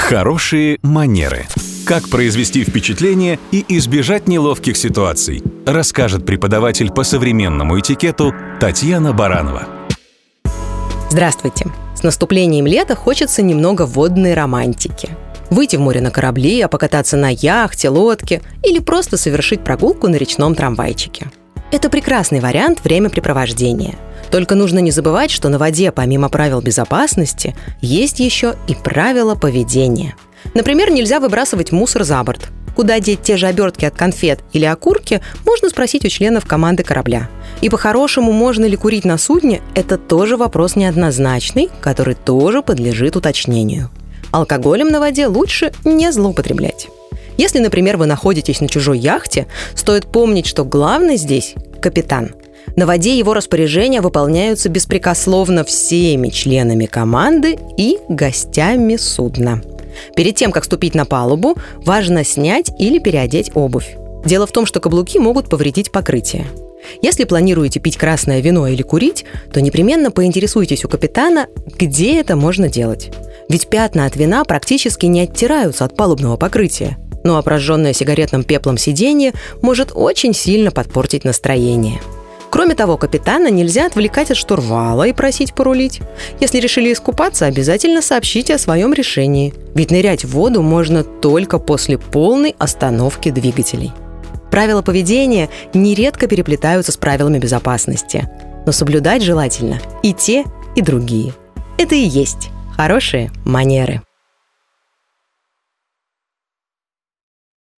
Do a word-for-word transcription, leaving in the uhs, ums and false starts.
Хорошие манеры. Как произвести впечатление и избежать неловких ситуаций, расскажет преподаватель по современному этикету Татьяна Баранова. Здравствуйте! С наступлением лета хочется немного водной романтики. Выйти в море на корабли, а покататься на яхте, лодке или просто совершить прогулку на речном трамвайчике. Это прекрасный вариант времяпрепровождения. Только нужно не забывать, что на воде, помимо правил безопасности, есть еще и правила поведения. Например, нельзя выбрасывать мусор за борт. Куда деть те же обертки от конфет или окурки, можно спросить у членов команды корабля. И по-хорошему, можно ли курить на судне, это тоже вопрос неоднозначный, который тоже подлежит уточнению. Алкоголем на воде лучше не злоупотреблять. Если, например, вы находитесь на чужой яхте, стоит помнить, что главный здесь – капитан. На воде его распоряжения выполняются беспрекословно всеми членами команды и гостями судна. Перед тем, как ступить на палубу, важно снять или переодеть обувь. Дело в том, что каблуки могут повредить покрытие. Если планируете пить красное вино или курить, то непременно поинтересуйтесь у капитана, где это можно делать. Ведь пятна от вина практически не оттираются от палубного покрытия. Ну а прожженное сигаретным пеплом сиденье может очень сильно подпортить настроение. Кроме того, капитана нельзя отвлекать от штурвала и просить порулить. Если решили искупаться, обязательно сообщите о своем решении. Ведь нырять в воду можно только после полной остановки двигателей. Правила поведения нередко переплетаются с правилами безопасности. Но соблюдать желательно и те, и другие. Это и есть хорошие манеры.